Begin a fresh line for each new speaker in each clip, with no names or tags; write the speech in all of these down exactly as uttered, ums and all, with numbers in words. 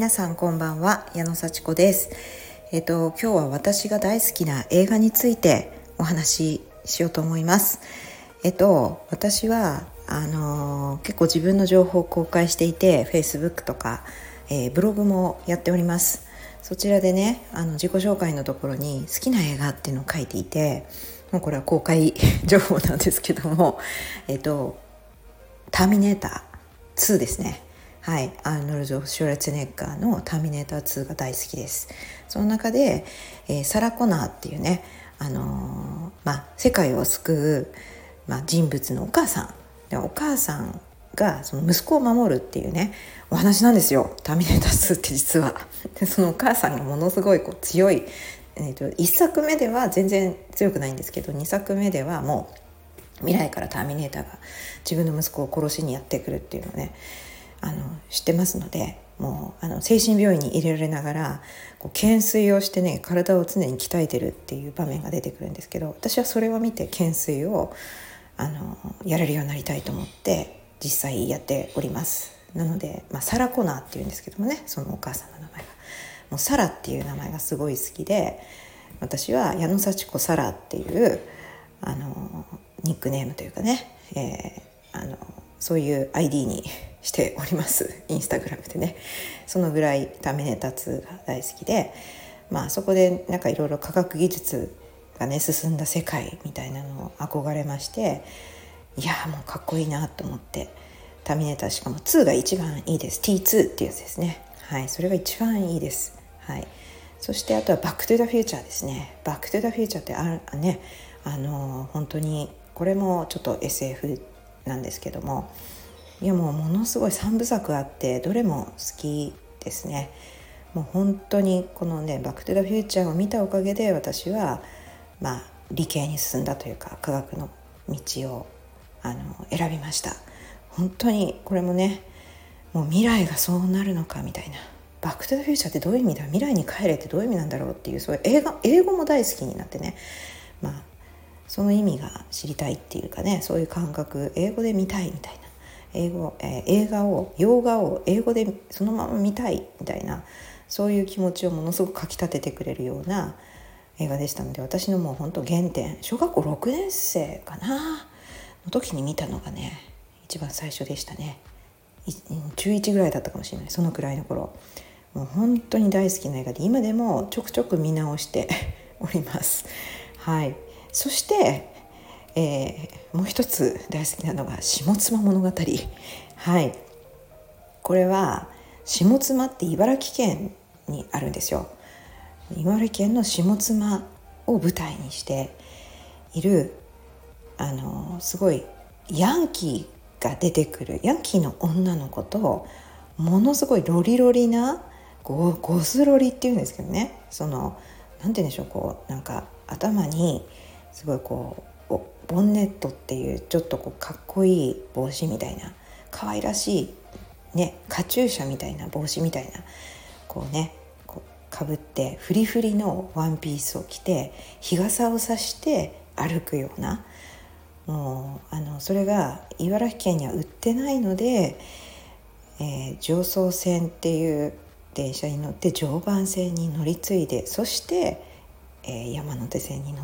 皆さんこんばんは、矢野幸子です。えっと今日は私が大好きな映画についてお話ししようと思います。えっと私はあのー、結構自分の情報を公開していて Facebook とか、えー、ブログもやっております。そちらでね、あの自己紹介のところに好きな映画っていうのを書いていて、もうこれは公開情報なんですけども、えっとターミネーターツーですね。はい、アーノルド・シュワルツェネッガーのターミネーターツーが大好きです。その中で、えー、サラ・コナーっていうね、あのーまあ、世界を救う、まあ、人物のお母さんで、お母さんがその息子を守るっていうねお話なんですよ、ターミネーターツーって実は。でそのお母さんがものすごいこう強い、えーと、いっさくめでは全然強くないんですけど、にさくめではもう未来からターミネーターが自分の息子を殺しにやってくるっていうのをね、あの知ってますので、もうあの精神病院に入れられながらこう懸垂をしてね、体を常に鍛えてるっていう場面が出てくるんですけど、私はそれを見て懸垂をあのやれるようになりたいと思って実際やっております。なので、まあ、サラ・コナーっていうんですけどもね、そのお母さんの名前がもうサラっていう名前がすごい好きで、私は矢野幸子サラっていうあのニックネームというかね、えー、あのそういう アイディー にしております。インスタグラムでね。そのぐらいターミネーターツーが大好きで、まあそこでなんかいろいろ科学技術がね進んだ世界みたいなのを憧れまして、いやもうかっこいいなと思って、ターミネーターしかもツーが一番いいです。 ティーツー っていうやつですね。はい、それが一番いいです。はい。そしてあとはバックトゥザフューチャーですね。バックトゥザフューチャーってあね、あの本当にこれもちょっと エスエフ なんですけども、いやもうものすごいさんぶさくあってどれも好きですね。もう本当にこのねバックトゥザフューチャーを見たおかげで私はまあ理系に進んだというか科学の道をあの選びました。本当にこれもね、もう未来がそうなるのかみたいな、バックトゥザフューチャーってどういう意味だ、未来に帰れってどういう意味なんだろうっていう、そういう映画英語も大好きになってね、まあその意味が知りたいっていうかね、そういう感覚、英語で見たいみたいな、英語、えー、映画を洋画を英語でそのまま見たいみたいな、そういう気持ちをものすごくかきたててくれるような映画でしたので、私のもう本当原点、小学校ろくねん生かなの時に見たのがね一番最初でしたね。中いちぐらいだったかもしれない、そのくらいの頃。もう本当に大好きな映画で、今でもちょくちょく見直しております。はい。そして、えー、もう一つ大好きなのが下妻物語。はい。これは下妻って茨城県にあるんですよ。茨城県の下妻を舞台にしている、あのすごいヤンキーが出てくる、ヤンキーの女の子とものすごいロリロリなゴゴスロリっていうんですけどね、そのなんて言うんでしょう、こうなんか頭にすごいこうボンネットっていうちょっとこうかっこいい帽子みたいな、可愛らしいねカチューシャみたいな帽子みたいな、こうねこうかぶってフリフリのワンピースを着て日傘を差して歩くような、もうあのそれが茨城県には売ってないので、えー、常総線っていう電車に乗って常磐線に乗り継いで、そして、えー、山手線に乗って、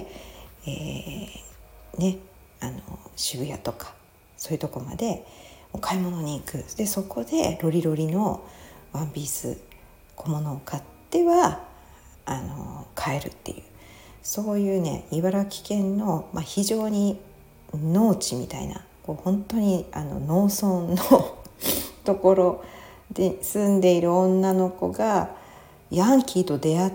えー、ねあの渋谷とかそういうとこまでお買い物に行く。でそこでロリロリのワンピース小物を買ってはあの帰るっていう、そういうね茨城県の、まあ、非常に農地みたいな、こう本当にあの農村のところで住んでいる女の子がヤンキーと出会って、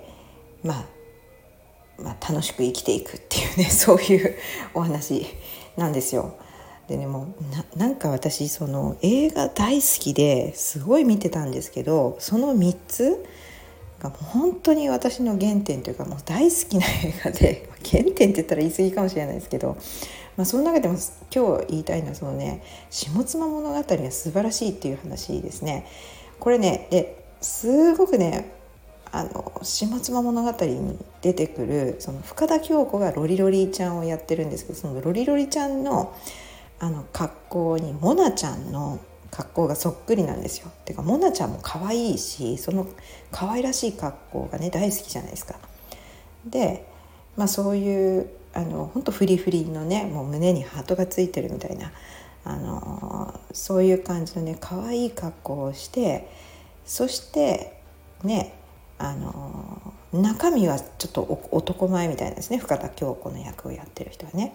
まあ、まあ楽しく生きていくっていうね、そういうお話なんですよ。でね、もう な, なんか私その映画大好きですごい見てたんですけど、そのみっつがもう本当に私の原点というか、もう大好きな映画で、原点って言ったら言い過ぎかもしれないですけど、まあ、その中でも今日言いたいのはそのね下妻物語が素晴らしいっていう話ですね。これねですごくね、あの下妻物語に出てくるその深田恭子がロリロリちゃんをやってるんですけど、そのロリロリちゃんのあの格好にモナちゃんの格好がそっくりなんですよ。てかモナちゃんも可愛いし、その可愛らしい格好がね大好きじゃないですか。で、まあ、そういうあの本当フリフリのね、もう胸にハートがついてるみたいな、あのそういう感じのね可愛い格好をして、そしてね、あの中身はちょっと男前みたいなんですね、深田恭子の役をやってる人はね、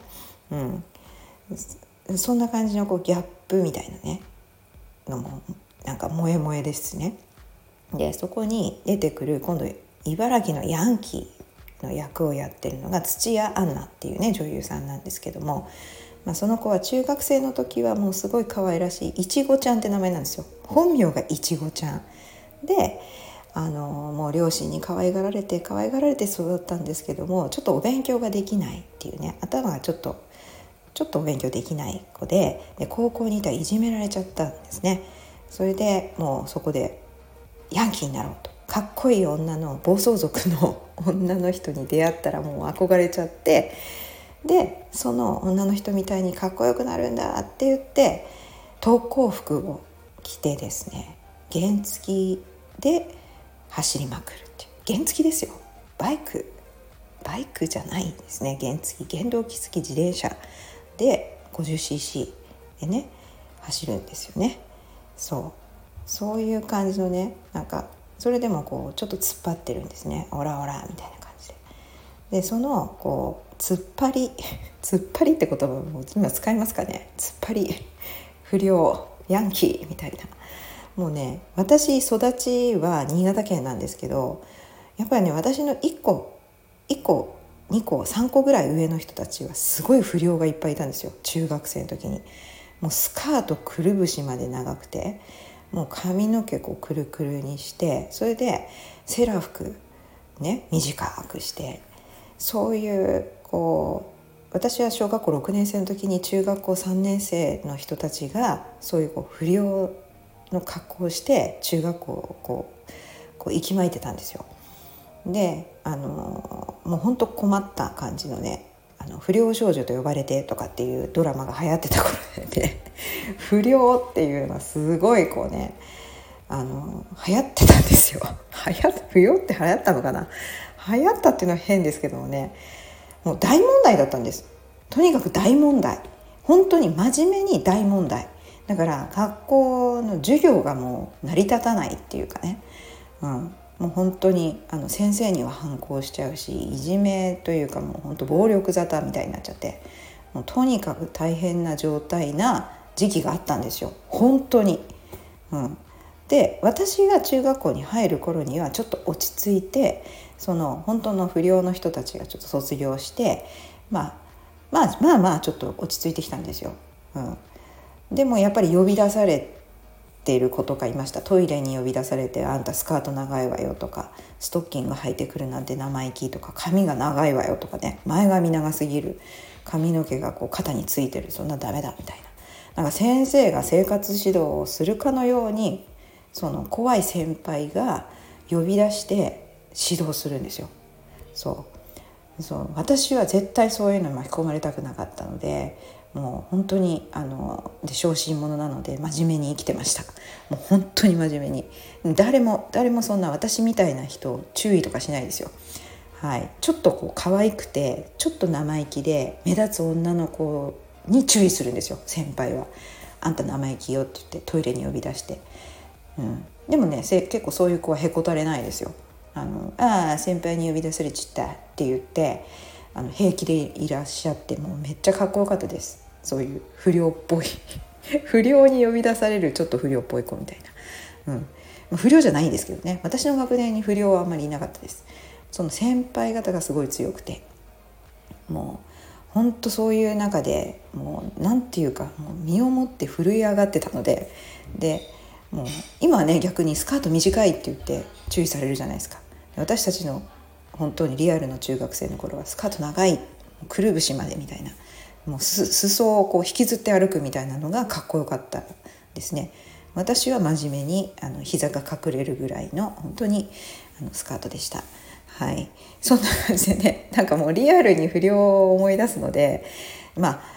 うん、そんな感じのこうギャップみたいなねのもなんか萌え萌えですね。でそこに出てくる今度茨城のヤンキーの役をやってるのが土屋アンナっていうね女優さんなんですけども、まあ、その子は中学生の時はもうすごい可愛らしいいちごちゃんって名前なんですよ。本名がいちごちゃんで、あのもう両親に可愛がられて可愛がられて育ったんですけども、ちょっとお勉強ができないっていうね、頭がちょっとちょっとお勉強できない子 で, で高校にいたらいじめられちゃったんですね。それでもうそこでヤンキーになろうと、かっこいい女の暴走族の女の人に出会ったらもう憧れちゃって、でその女の人みたいにかっこよくなるんだって言って特攻服を着てですね、原付で走りまくるっていう、原付ですよ、バイクバイクじゃないんですね、原付原動機付き自転車で ごじゅっシーシー でね走るんですよね。そうそういう感じのね、なんかそれでもこうちょっと突っ張ってるんですね、オラオラみたいな感じで。でそのこう突っ張り突っ張りって言葉も今使いますかね、突っ張り不良ヤンキーみたいな。もうね、私育ちは新潟県なんですけど、やっぱりね私のいっこいっこにこさんこぐらい上の人たちはすごい不良がいっぱいいたんですよ。中学生の時にもうスカートくるぶしまで長くて、もう髪の毛こうくるくるにして、それでセーラー服ね短くして、そういうこう私は小学校ろくねん生の時に中学校さんねん生の人たちがそういうこう不良の格好をして中学校をこうこう息巻いてたんですよ。であのもう本当困った感じのね、あの不良少女と呼ばれてとかっていうドラマが流行ってた頃で、ね、不良っていうのはすごいこうね、あの流行ってたんですよ。流行不良って流行ったのかな、流行ったっていうのは変ですけどもね、もう大問題だったんです。とにかく大問題、本当に真面目に大問題だから、学校の授業がもう成り立たないっていうかね、うん、もう本当にあの先生には反抗しちゃうし、いじめというかもう本当暴力沙汰みたいになっちゃって、もうとにかく大変な状態な時期があったんですよ、本当に、うん、で私が中学校に入る頃にはちょっと落ち着いて、その本当の不良の人たちがちょっと卒業して、まあ、まあまあまあちょっと落ち着いてきたんですよ、うん、でもやっぱり呼び出されている子とかいました。トイレに呼び出されて、あんたスカート長いわよとか、ストッキング履いてくるなんて生意気とか、髪が長いわよとかね、前髪長すぎる、髪の毛がこう肩についてる、そんなダメだみたいな、なんか先生が生活指導をするかのように、その怖い先輩が呼び出して指導するんですよ。そうそう、私は絶対そういうのに巻き込まれたくなかったので、もう本当にあので小心者なので真面目に生きてました。もう本当に真面目に、誰も誰もそんな私みたいな人を注意とかしないですよ。はい、ちょっとこう可愛くてちょっと生意気で目立つ女の子に注意するんですよ、先輩は。あんた生意気よって言ってトイレに呼び出して、うん、でもね結構そういう子はへこたれないですよ。あのあ先輩に呼び出されちったって言ってあの平気でいらっしゃって、もうめっちゃかっこよかったです。そういう不良っぽい不良に呼び出されるちょっと不良っぽい子みたいな、うん、不良じゃないんですけどね、私の学年に不良はあんまりいなかったです。その先輩方がすごい強くて、もう本当そういう中でもうなんていうか、もう身をもって震え上がってたので、でもう今はね逆にスカート短いって言って注意されるじゃないですか。私たちの本当にリアルの中学生の頃はスカート長い、くるぶしまでみたいな、もう裾をこう引きずって歩くみたいなのがかっこよかったですね。私は真面目にあの膝が隠れるぐらいの本当にあのスカートでした。はい、そんな感じでね、なんかもうリアルに不良を思い出すので、まあ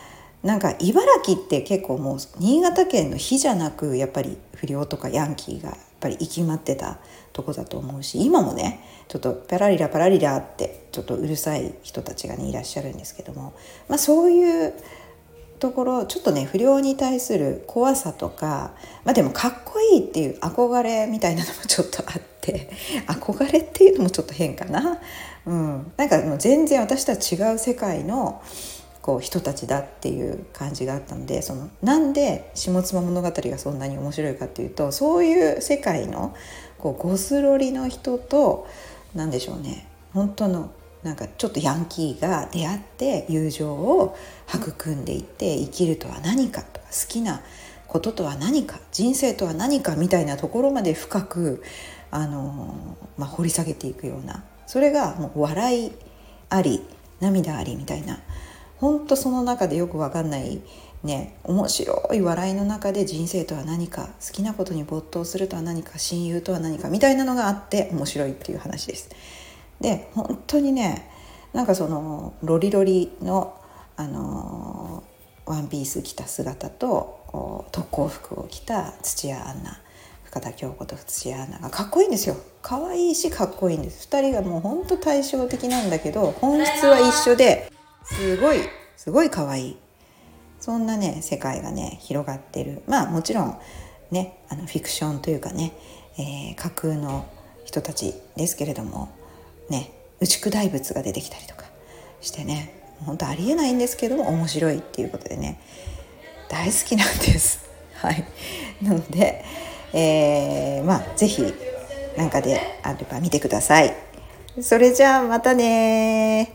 なんか茨城って結構もう新潟県の比じゃなくやっぱり不良とかヤンキーがやっぱり行きまってたとこだと思うし、今もねちょっとパラリラパラリラってちょっとうるさい人たちがねいらっしゃるんですけども、まあ、そういうところちょっとね不良に対する怖さとか、まあ、でもかっこいいっていう憧れみたいなのもちょっとあって憧れっていうのもちょっと変かな、うん、なんかもう全然私とは違う世界のこう人たちだっていう感じがあったので、そのなんで下妻物語がそんなに面白いかっていうと、そういう世界のこうゴスロリの人となんでしょうね、本当のなんかちょっとヤンキーが出会って友情を育んでいって、生きるとは何かとか好きなこととは何か人生とは何かみたいなところまで深くあの、まあ、掘り下げていくような、それがもう笑いあり涙ありみたいな、本当その中でよく分かんないね、面白い笑いの中で人生とは何か、好きなことに没頭するとは何か、親友とは何かみたいなのがあって面白いっていう話です。で本当にね、なんかそのロリロリの、あのー、ワンピース着た姿と特攻服を着た土屋アンナ、深田恭子と土屋アンナがかっこいいんですよ。可愛いしかっこいいんです。ふたりがもう本当対照的なんだけど本質は一緒ですごいすごい可愛い、そんなね世界がね広がってる。まあもちろんね、あのフィクションというかね、えー、架空の人たちですけれどもね、宇宙大仏が出てきたりとかしてね、本当ありえないんですけども面白いっていうことでね大好きなんですはいなので、えー、まあぜひなんかであれば見てください。それじゃあまたね。